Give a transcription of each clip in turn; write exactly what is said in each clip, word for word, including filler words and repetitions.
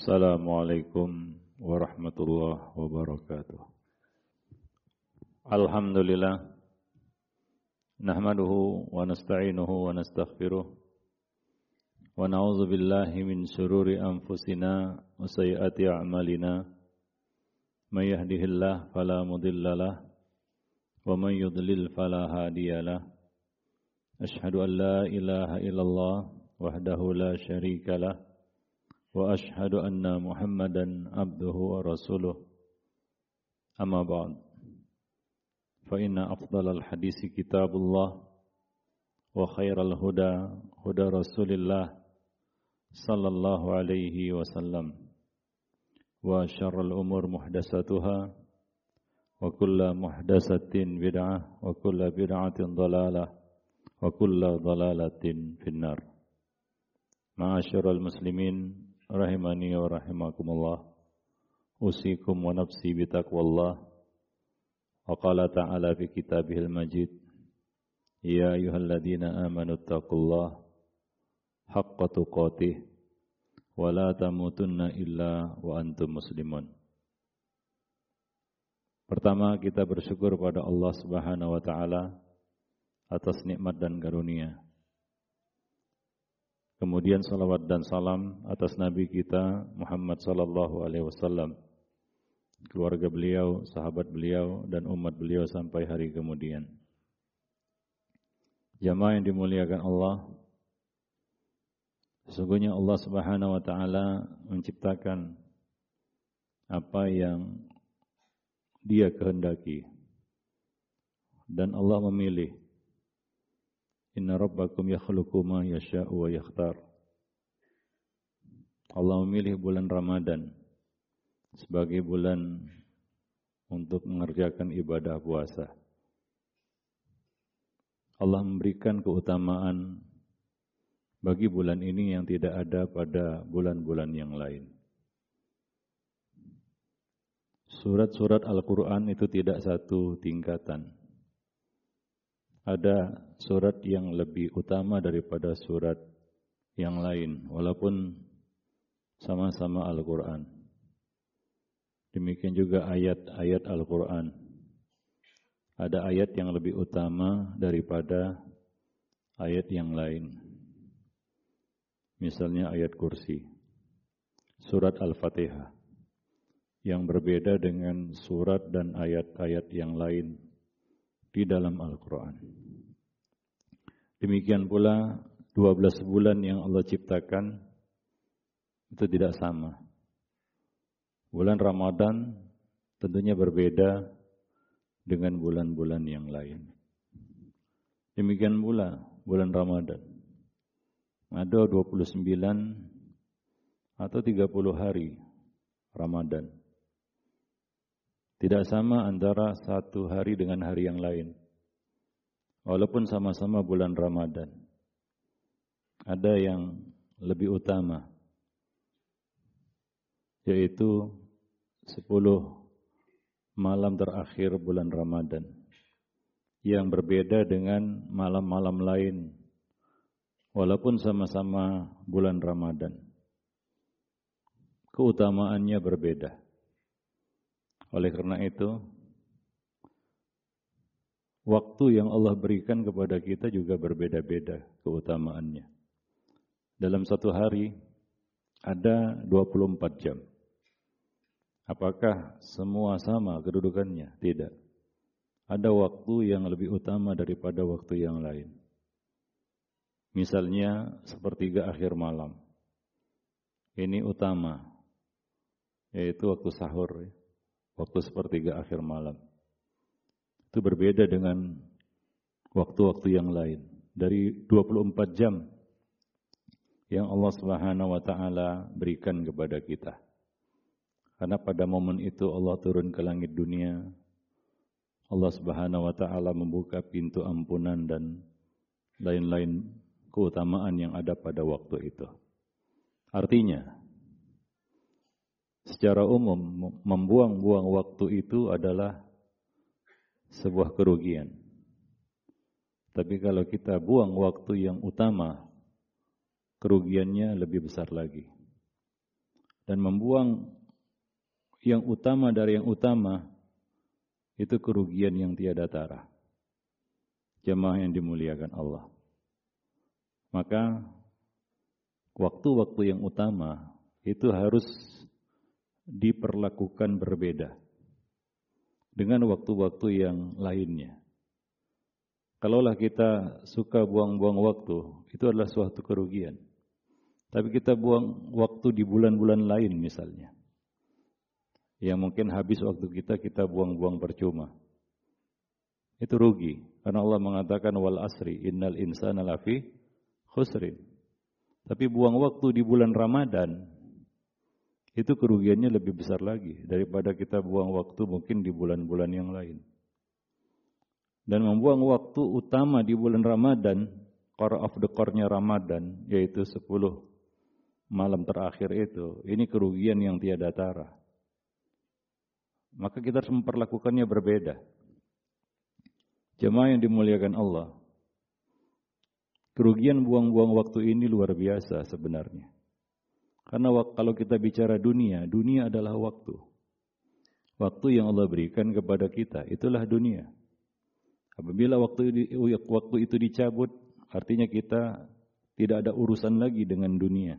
Assalamualaikum warahmatullahi wabarakatuh. Alhamdulillah. Nahmaduhu wa nasta'inuhu wa nastaghfiruh. Wa na'udzu billahi min syururi anfusina wa sayyiati a'malina. May yahdihillahu fala mudhillalah wa may yudlil fala hadiyalah. Asyhadu an la ilaha illallah wahdahu la syarikalah. Wa ashhadu anna Muhammadan abduhu wa rasuluh. Amma ba'd. Fa inna afdalal hadisi kitabullah wa khairal huda huda Rasulillah sallallahu alaihi wasallam. Wa syarrul umur muhdatsatuha wa kullu muhdatsatin bid'ah wa kullu bid'atin dhalalah wa kullu dhalalatin finnar. Ma'asyiral muslimin rahimani wa rahimakumullah, usikum wa nafsi bitaqwallah. Wa qala ta'ala fi kitabihil majid, ya ayyuhalladzina amanu taqullaha haqqa tuqatih wa la tamutunna illa wa antum muslimun. Pertama, kita bersyukur pada Allah Subhanahu wa taala atas nikmat dan karunia. Kemudian salawat dan salam atas Nabi kita Muhammad sallallahu alaihi wasallam, keluarga beliau, sahabat beliau, dan umat beliau sampai hari kemudian. Jamaah yang dimuliakan Allah, sesungguhnya Allah Subhanahu wa taala menciptakan apa yang Dia kehendaki, dan Allah memilih. Inna rabbakum yakhluqu ma yasha'u wa yakhtar. Allah memilih bulan Ramadan sebagai bulan untuk mengerjakan ibadah puasa. Allah memberikan keutamaan bagi bulan ini yang tidak ada pada bulan-bulan yang lain. Surat-surat Al-Quran itu tidak satu tingkatan. Ada surat yang lebih utama daripada surat yang lain, walaupun sama-sama Al-Quran. Demikian juga ayat-ayat Al-Quran. Ada ayat yang lebih utama daripada ayat yang lain. Misalnya ayat kursi, surat Al-Fatihah, yang berbeda dengan surat dan ayat-ayat yang lain di dalam Al-Quran. Demikian pula dua belas bulan yang Allah ciptakan itu tidak sama. Bulan Ramadan tentunya berbeda dengan bulan-bulan yang lain. Demikian pula bulan Ramadan. Ada dua puluh sembilan atau tiga puluh hari Ramadan. Tidak sama antara satu hari dengan hari yang lain. Walaupun sama-sama bulan Ramadan, ada yang lebih utama, yaitu sepuluh malam terakhir bulan Ramadan, yang berbeda dengan malam-malam lain, walaupun sama-sama bulan Ramadan. Keutamaannya berbeda. Oleh karena itu, waktu yang Allah berikan kepada kita juga berbeda-beda keutamaannya. Dalam satu hari ada dua puluh empat jam. Apakah semua sama kedudukannya? Tidak. Ada waktu yang lebih utama daripada waktu yang lain. Misalnya sepertiga akhir malam. Ini utama, yaitu waktu sahur. Waktu sepertiga akhir malam. Itu berbeda dengan waktu-waktu yang lain. Dari dua puluh empat jam yang Allah Subhanahu wa taala berikan kepada kita. Karena pada momen itu Allah turun ke langit dunia. Allah Subhanahu wa taala membuka pintu ampunan dan lain-lain keutamaan yang ada pada waktu itu. Artinya, secara umum, membuang-buang waktu itu adalah sebuah kerugian. Tapi kalau kita buang waktu yang utama, kerugiannya lebih besar lagi. dan membuang yang utama dari yang utama, itu kerugian yang tiada tara. Jemaah yang dimuliakan Allah. Maka waktu-waktu yang utama itu harus diperlakukan berbeda dengan waktu-waktu yang lainnya. Kalaulah kita suka buang-buang waktu, itu adalah suatu kerugian. Tapi kita buang waktu di bulan-bulan lain misalnya, yang mungkin habis waktu kita, kita buang-buang percuma. Itu rugi. Karena Allah mengatakan wal asri innal insana lafi khusrin. Tapi buang waktu di bulan Ramadan, itu kerugiannya lebih besar lagi daripada kita buang waktu mungkin di bulan-bulan yang lain. Dan membuang waktu utama di bulan Ramadan, core of the core-nya Ramadan, yaitu sepuluh malam terakhir itu, ini kerugian yang tiada tara. Maka kita harus memperlakukannya berbeda. Jemaah yang dimuliakan Allah, kerugian buang-buang waktu ini luar biasa sebenarnya. Karena kalau kita bicara dunia, dunia adalah waktu. Waktu yang Allah berikan kepada kita, itulah dunia. Apabila waktu waktu itu dicabut, artinya kita tidak ada urusan lagi dengan dunia.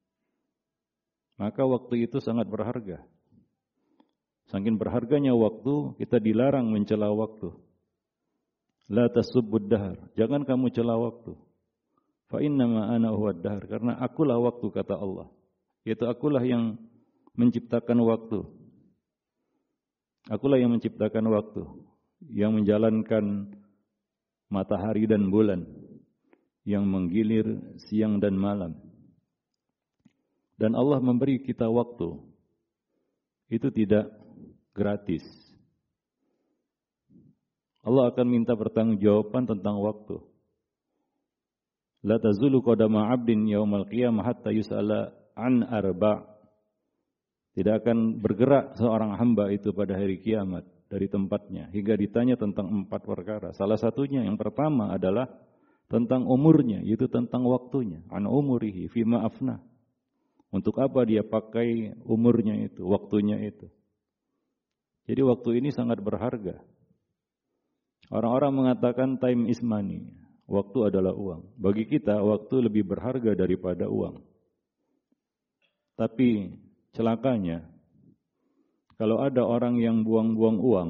Maka waktu itu sangat berharga. Saking berharganya waktu, kita dilarang mencela waktu. La tasubbud dahar, jangan kamu cela waktu. Fa innama ana huwad dahar, karena akulah waktu kata Allah. Yaitu akulah yang menciptakan waktu. Akulah yang menciptakan waktu, yang menjalankan matahari dan bulan, yang menggilir siang dan malam. Dan Allah memberi kita waktu. Itu tidak gratis. Allah akan minta pertanggungjawaban tentang waktu. La tazulu qadama 'abdin yaumal qiyamah hatta yus'ala an arba'. Tidak akan bergerak seorang hamba itu pada hari kiamat dari tempatnya hingga ditanya tentang empat perkara. Salah satunya yang pertama adalah tentang umurnya, yaitu tentang waktunya. An umurihi fima afna. Untuk apa dia pakai umurnya itu, waktunya itu. Jadi waktu ini sangat berharga. Orang-orang mengatakan time is money. Waktu adalah uang. Bagi kita, waktu lebih berharga daripada uang. Tapi celakanya, kalau ada orang yang buang-buang uang,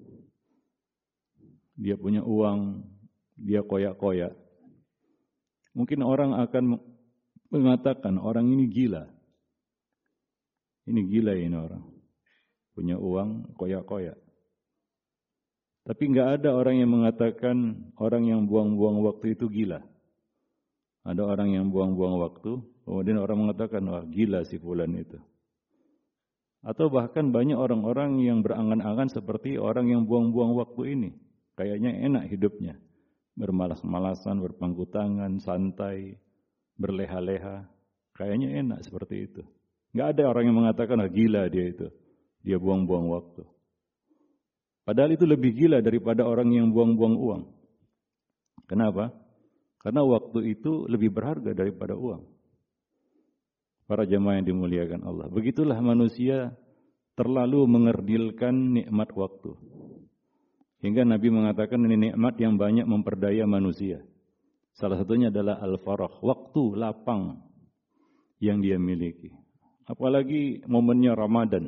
dia punya uang, dia koyak-koyak, mungkin orang akan mengatakan orang ini gila. Ini gila ini orang. Punya uang, koyak-koyak. Tapi enggak ada orang yang mengatakan orang yang buang-buang waktu itu gila. Ada orang yang buang-buang waktu, kemudian orang mengatakan, wah gila si fulan itu. Atau bahkan banyak orang-orang yang berangan-angan seperti orang yang buang-buang waktu ini. Kayaknya enak hidupnya. Bermalas-malasan, berpangku tangan, santai, berleha-leha. Kayaknya enak seperti itu. Enggak ada orang yang mengatakan, ah, gila dia itu. Dia buang-buang waktu. Padahal itu lebih gila daripada orang yang buang-buang uang. Kenapa? Karena waktu itu lebih berharga daripada uang. Para jemaah yang dimuliakan Allah. Begitulah manusia terlalu mengerdilkan nikmat waktu. Hingga Nabi mengatakan ini nikmat yang banyak memperdaya manusia. Salah satunya adalah al-farah, waktu lapang yang dia miliki. Apalagi momennya Ramadan,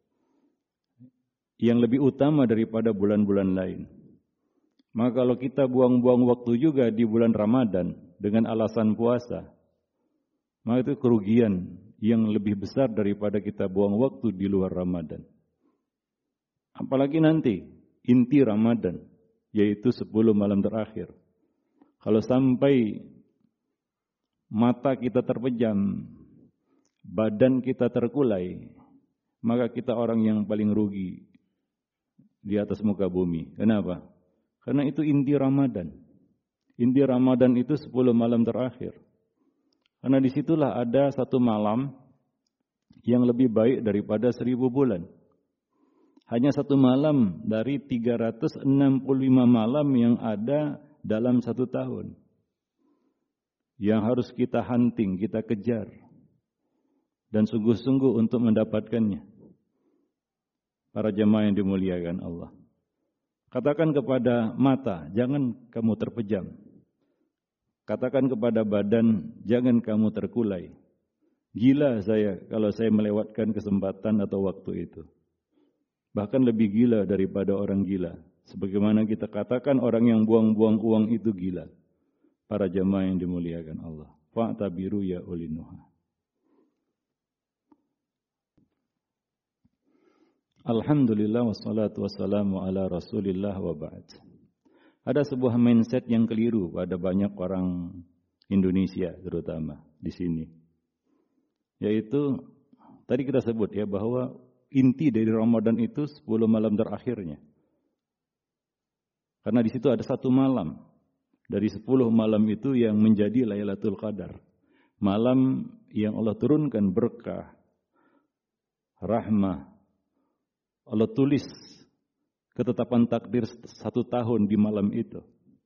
yang lebih utama daripada bulan-bulan lain. Maka kalau kita buang-buang waktu juga di bulan Ramadan dengan alasan puasa, maka itu kerugian yang lebih besar daripada kita buang waktu di luar Ramadan. Apalagi nanti inti Ramadan, yaitu sepuluh malam terakhir. Kalau sampai mata kita terpejam, badan kita terkulai, maka kita orang yang paling rugi di atas muka bumi. Kenapa? Karena itu inti Ramadan. Inti Ramadan itu sepuluh malam terakhir. Karena disitulah ada satu malam yang lebih baik daripada seribu bulan. Hanya satu malam dari tiga ratus enam puluh lima malam yang ada dalam satu tahun. Yang harus kita hunting, kita kejar. dan sungguh-sungguh untuk mendapatkannya. Para jemaah yang dimuliakan Allah. Katakan kepada mata, jangan kamu terpejam. Katakan kepada badan, jangan kamu terkulai. Gila saya kalau saya melewatkan kesempatan atau waktu itu. Bahkan lebih gila daripada orang gila. Sebagaimana kita katakan orang yang buang-buang uang itu gila. Para jemaah yang dimuliakan Allah. Fa'tabiru ya ulinuha. Alhamdulillah wassalatu wassalamu ala Rasulillah wa ba'd. Ada sebuah mindset yang keliru pada banyak orang Indonesia terutama di sini. Yaitu tadi kita sebut ya bahwa inti dari Ramadan itu sepuluh malam terakhirnya. Karena di situ ada satu malam dari sepuluh malam itu yang menjadi Lailatul Qadar. Malam yang Allah turunkan berkah, rahmah. Allah tulis ketetapan takdir satu tahun di malam itu.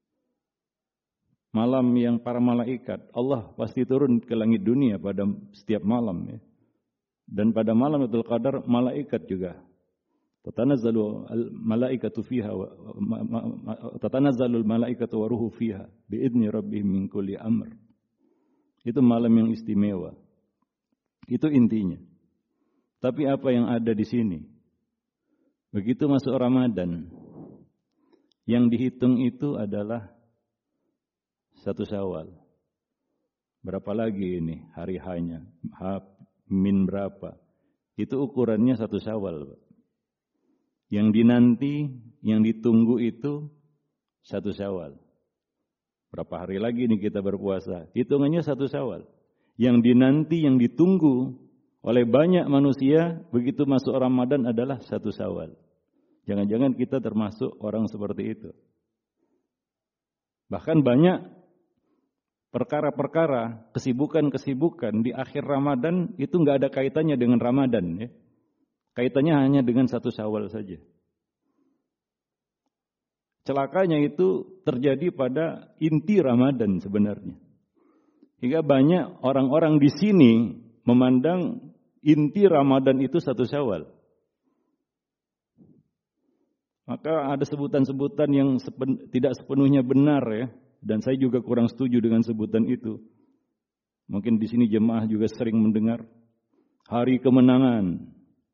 Malam yang para malaikat, Allah pasti turun ke langit dunia pada setiap malam. Ya. Dan pada malam Lailatul Qadar, malaikat juga. Tatanazzalu al-malaikatu fiha wa tatanazzalu al-malaikatu wa ruhu fiha biidzni rabbihim min kulli amr. Itu malam yang istimewa. Itu intinya. Tapi apa yang ada di sini? Begitu masuk Ramadan, yang dihitung itu adalah satu Syawal. Berapa lagi ini hari hanya? H min berapa? Itu ukurannya satu Syawal. Yang dinanti, yang ditunggu itu satu Syawal. Berapa hari lagi ini kita berpuasa? Hitungannya satu Syawal. Yang dinanti, yang ditunggu oleh banyak manusia begitu masuk Ramadan adalah satu Syawal. Jangan-jangan kita termasuk orang seperti itu. Bahkan banyak perkara-perkara, kesibukan-kesibukan di akhir Ramadan itu nggak ada kaitannya dengan Ramadan. Ya. Kaitannya hanya dengan satu Syawal saja. Celakanya itu terjadi pada inti Ramadan sebenarnya. Hingga banyak orang-orang di sini memandang inti Ramadan itu satu Syawal. Maka ada sebutan-sebutan yang sepen, tidak sepenuhnya benar ya. Dan saya juga kurang setuju dengan sebutan itu. Mungkin di sini jemaah juga sering mendengar hari kemenangan.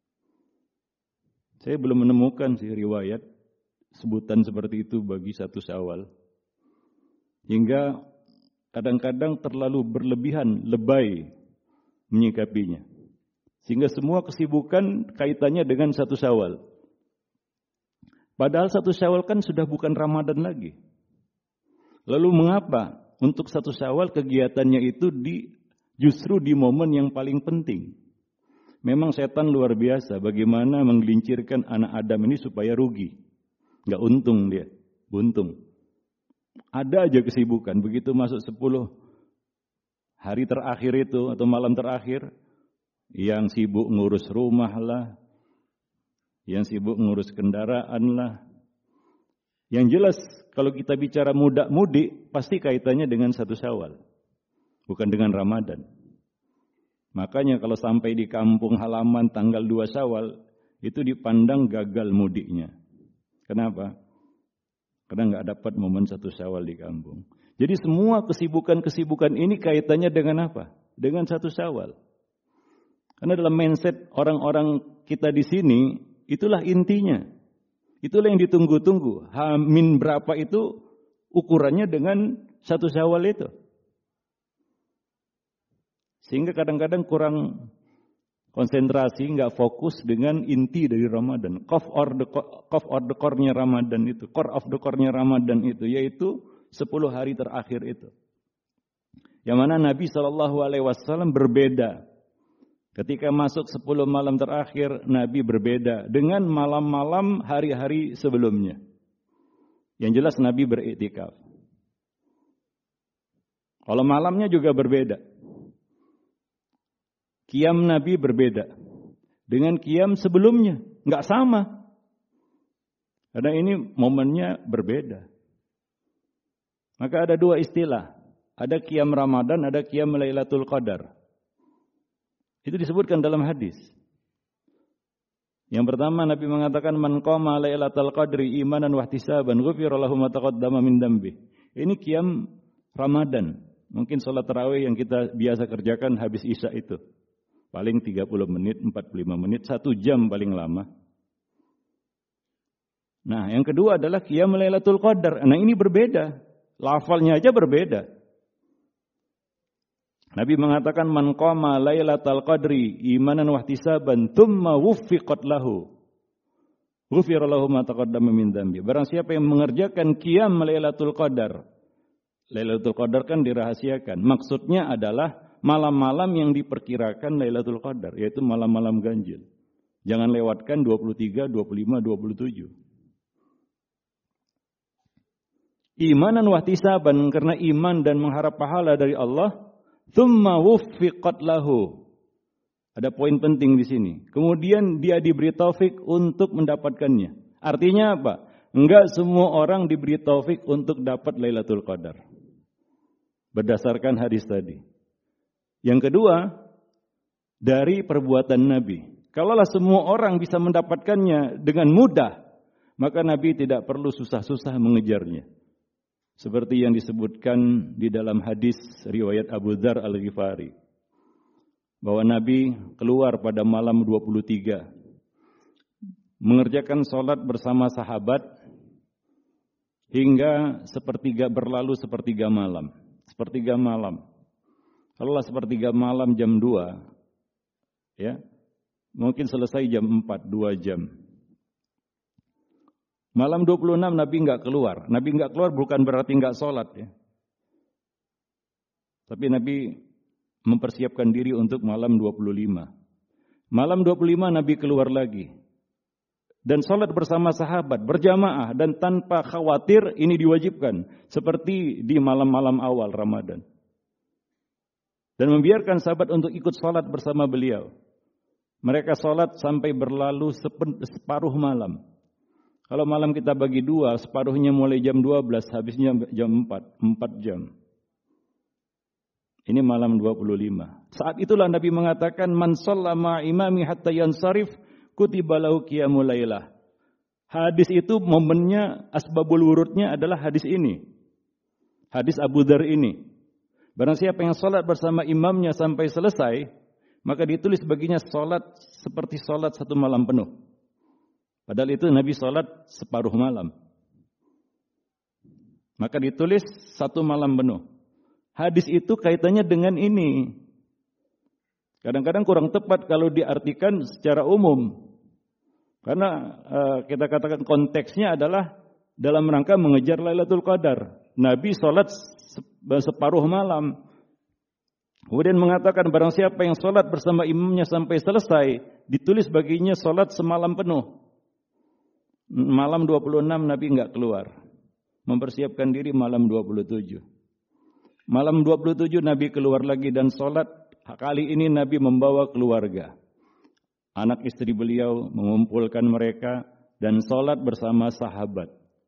Saya belum menemukan sih riwayat sebutan seperti itu bagi satu Syawal. Hingga kadang-kadang terlalu berlebihan, lebay menyikapinya. Sehingga semua kesibukan kaitannya dengan satu Syawal. Padahal satu Syawal kan sudah bukan Ramadan lagi. Lalu mengapa untuk satu Syawal kegiatannya itu di justru di momen yang paling penting? Memang setan luar biasa bagaimana menggelincirkan anak Adam ini supaya rugi. Enggak untung dia, buntung. Ada aja kesibukan, begitu masuk sepuluh hari terakhir itu atau malam terakhir, yang sibuk ngurus rumah lah, yang sibuk ngurus kendaraan lah. Yang jelas kalau kita bicara mudik-mudik pasti kaitannya dengan satu Syawal, bukan dengan Ramadan. Makanya kalau sampai di kampung halaman tanggal dua Syawal itu dipandang gagal mudiknya. Kenapa? Karena nggak dapat momen satu Syawal di kampung. Jadi semua kesibukan-kesibukan ini kaitannya dengan apa? Dengan satu Syawal. Karena dalam mindset orang-orang kita di sini itulah intinya. Itulah yang ditunggu-tunggu. Hamin berapa itu ukurannya dengan satu Syawal itu. Sehingga kadang-kadang kurang konsentrasi, nggak fokus dengan inti dari Ramadan. Core of the core of the core-nya Ramadan itu, core of the core-nya Ramadan itu, yaitu sepuluh hari terakhir itu. Yang mana Nabi shallallahu alaihi wasallam berbeda. Ketika masuk sepuluh malam terakhir, Nabi berbeda dengan malam-malam hari-hari sebelumnya. Yang jelas Nabi beriktikaf. Kalau malamnya juga berbeda. Qiyam Nabi berbeda dengan qiyam sebelumnya, nggak sama. Karena ini momennya berbeda. Maka ada dua istilah, ada qiyam Ramadan, ada qiyam Lailatul Qadar. Itu disebutkan dalam hadis. Yang pertama Nabi mengatakan man qama lailatal qadri imanan wa ihtisaban ghufira lahu ma taqaddama min dambi. Ini qiyam Ramadan. Mungkin salat tarawih yang kita biasa kerjakan habis Isya itu. Paling tiga puluh menit, empat puluh lima menit, satu jam paling lama. Nah, yang kedua adalah qiyam Lailatul Qadar. Nah, ini berbeda. Lafalnya aja berbeda. Nabi mengatakan man qama Lailatul Qadri imanan wa ihtisaban tsumma wuffiqat lahu ghufira lahu ma taqaddama min dzambi. Barang siapa yang mengerjakan qiyam Lailatul Qadar. Lailatul Qadar kan dirahasiakan. Maksudnya adalah malam-malam yang diperkirakan Lailatul Qadar, yaitu malam-malam ganjil. Jangan lewatkan dua puluh tiga, dua puluh lima, dua puluh tujuh. Imanan wa ihtisaban, karena iman dan mengharap pahala dari Allah. Tsumma wuffiqat lahu. Ada poin penting di sini. Kemudian dia diberi taufik untuk mendapatkannya. Artinya apa? Enggak semua orang diberi taufik untuk dapat Lailatul Qadar. Berdasarkan hadis tadi. Yang kedua, dari perbuatan Nabi. Kalaulah semua orang bisa mendapatkannya dengan mudah, maka Nabi tidak perlu susah-susah mengejarnya. Seperti yang disebutkan di dalam hadis riwayat Abu Dzar Al-Ghifari. Bahwa Nabi keluar pada malam dua puluh tiga. Mengerjakan sholat bersama sahabat hingga sepertiga berlalu sepertiga malam. Sepertiga malam. Kalau sepertiga malam jam dua, ya, mungkin selesai jam empat, dua jam. Malam dua puluh enam Nabi enggak keluar. Nabi enggak keluar bukan berarti enggak sholat, ya. Tapi Nabi mempersiapkan diri untuk malam dua puluh lima. Malam dua puluh lima Nabi keluar lagi. Dan sholat bersama sahabat, berjamaah dan tanpa khawatir, ini diwajibkan. Seperti di malam-malam awal Ramadan. Dan membiarkan sahabat untuk ikut sholat bersama beliau. Mereka sholat sampai berlalu separuh malam. Kalau malam kita bagi dua, separuhnya mulai jam dua belas, habisnya jam empat, empat jam. Ini malam dua puluh lima. Saat itulah Nabi mengatakan, man shalla imami hatta yansarif, kutiba lahu qiyamul lailah. Hadis itu momennya, asbabul wurudnya adalah hadis ini. Hadis Abu Dzar ini. Barang siapa yang sholat bersama imamnya sampai selesai, maka ditulis baginya sholat seperti sholat satu malam penuh. Padahal itu Nabi sholat separuh malam. Maka ditulis satu malam penuh. Hadis itu kaitannya dengan ini. Kadang-kadang kurang tepat kalau diartikan secara umum. Karena uh, kita katakan konteksnya adalah dalam rangka mengejar Lailatul Qadar. Nabi sholat separuh malam. Kemudian mengatakan barang siapa yang sholat bersama imamnya sampai selesai, ditulis baginya sholat semalam penuh. Malam dua puluh enam Nabi enggak keluar. Mempersiapkan diri malam dua puluh tujuh. Malam dua puluh tujuh Nabi keluar lagi dan sholat. Kali ini Nabi membawa keluarga. Anak istri beliau mengumpulkan mereka dan sholat bersama sahabat.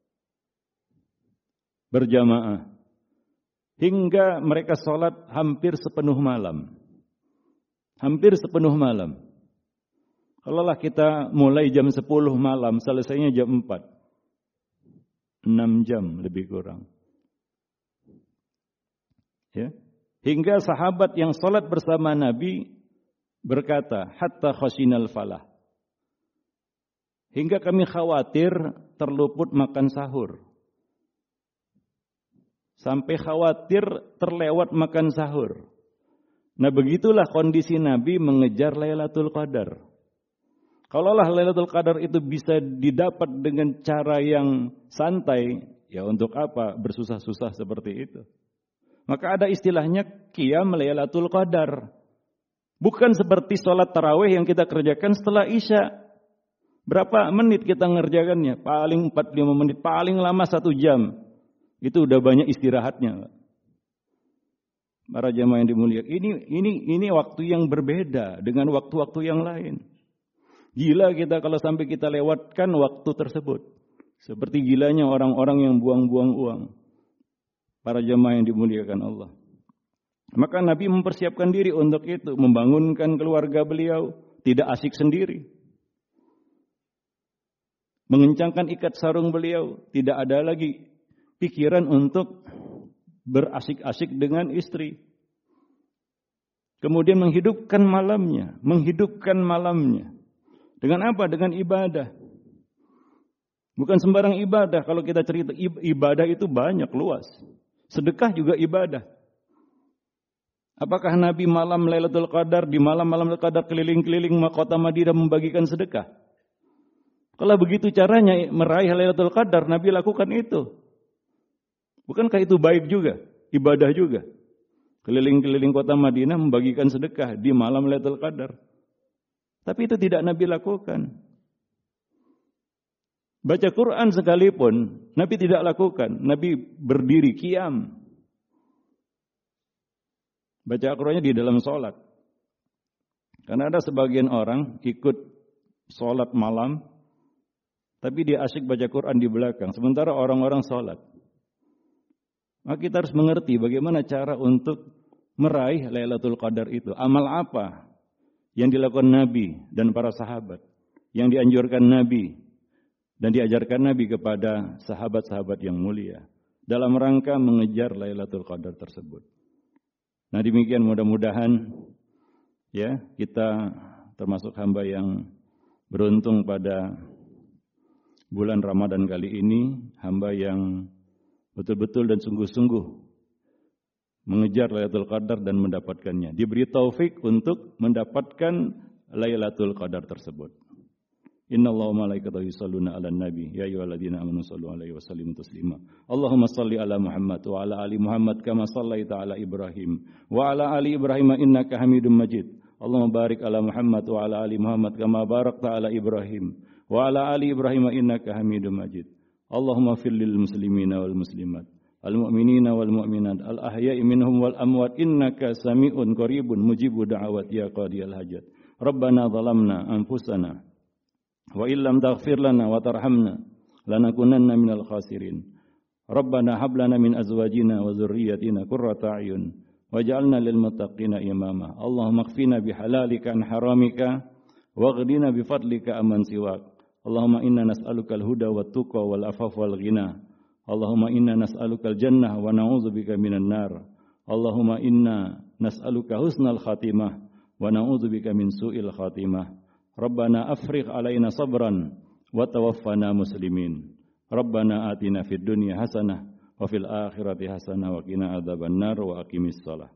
Berjamaah. Hingga mereka sholat hampir sepenuh malam. Hampir sepenuh malam. Kalaulah kita mulai jam sepuluh malam, selesainya jam empat. enam jam lebih kurang. Ya. Hingga sahabat yang sholat bersama Nabi berkata, hatta khasinal falah. Hingga kami khawatir terluput makan sahur. Sampai khawatir terlewat makan sahur. Nah begitulah kondisi Nabi mengejar Lailatul Qadar. Kalaulah Lailatul Qadar itu bisa didapat dengan cara yang santai, ya untuk apa bersusah-susah seperti itu? Maka ada istilahnya qiyam Lailatul Qadar. Bukan seperti sholat tarawih yang kita kerjakan setelah Isya. Berapa menit kita ngerjakannya? Paling empat puluh lima menit, paling lama satu jam. Itu udah banyak istirahatnya. Para jamaah yang dimuliakan, ini ini ini waktu yang berbeda dengan waktu-waktu yang lain. Gila kita kalau sampai kita lewatkan waktu tersebut. Seperti gilanya orang-orang yang buang-buang uang. Para jamaah yang dimuliakan Allah. Maka Nabi mempersiapkan diri untuk itu, membangunkan keluarga beliau, tidak asik sendiri. Mengencangkan ikat sarung beliau, tidak ada lagi pikiran untuk berasik-asik dengan istri. Kemudian menghidupkan malamnya, menghidupkan malamnya. Dengan apa? Dengan ibadah. Bukan sembarang ibadah. Kalau kita cerita ibadah itu banyak, luas. Sedekah juga ibadah. Apakah Nabi malam Lailatul Qadar, di malam-malam Lailatul Qadar keliling-keliling kota Madinah membagikan sedekah? Kalau begitu caranya meraih Lailatul Qadar, Nabi lakukan itu. Bukankah itu baik juga? Ibadah juga. Keliling-keliling kota Madinah membagikan sedekah di malam Lailatul Qadar. Tapi itu tidak Nabi lakukan. Baca Quran sekalipun Nabi tidak lakukan. Nabi berdiri qiyam. Baca Al-Qurannya di dalam sholat. Karena ada sebagian orang ikut sholat malam, tapi dia asyik baca Quran di belakang. Sementara orang-orang sholat. Maka kita harus mengerti bagaimana cara untuk meraih Lailatul Qadar itu. Amal apa yang dilakukan Nabi dan para sahabat. Yang dianjurkan Nabi dan diajarkan Nabi kepada sahabat-sahabat yang mulia. Dalam rangka mengejar Lailatul Qadar tersebut. Nah demikian mudah-mudahan ya kita termasuk hamba yang beruntung pada bulan Ramadan kali ini, hamba yang betul-betul dan sungguh-sungguh mengejar Lailatul Qadar dan mendapatkannya. Diberi taufik untuk mendapatkan Lailatul Qadar tersebut. Innallaha wa malaikatahu yusholluna 'alan nabi ya ayyuhalladzina amanu shallu 'alaihi wa sallimu taslima. Allahumma shalli 'ala Muhammad wa 'ala ali Muhammad kama shallaita 'ala Ibrahim wa 'ala ali Ibrahim innaka Hamidum Majid. Allahumma barik 'ala Muhammad wa 'ala ali Muhammad kama barakta 'ala Ibrahim wa 'ala ali Ibrahim innaka Hamidum Majid. Allahumma fir lil muslimina wal muslimat al mu'minina wal mu'minat al ahya'i minhum wal amwat innaka sami'un qaribun mujibu da'awat ya qadiyal hajat. Rabbana zalamna anfusana wa illam taghfir lana wa tarhamna lanakunanna minal khasirin. Rabbana hab lana min azwajina wa dzurriyyatina qurrata a'yun waj'alna lil muttaqina imama. Allahumma ighfina bihalalika an haramika waghdina bifadlika amman siwak. Allahumma inna nas'alukal huda wat tuqa wal afaf wal ghina. Allahumma inna nas'alukal jannah wa na'udzubika minan nar. Allahumma inna nas'aluka husnal khatimah wa na'udzubika min su'il khatimah. Rabbana afrigh alaina sabran wa tawaffana muslimin. Rabbana atina fid dunya hasanah wa fil akhirati hasanah wa qina adzabannar wa aqimis shalah.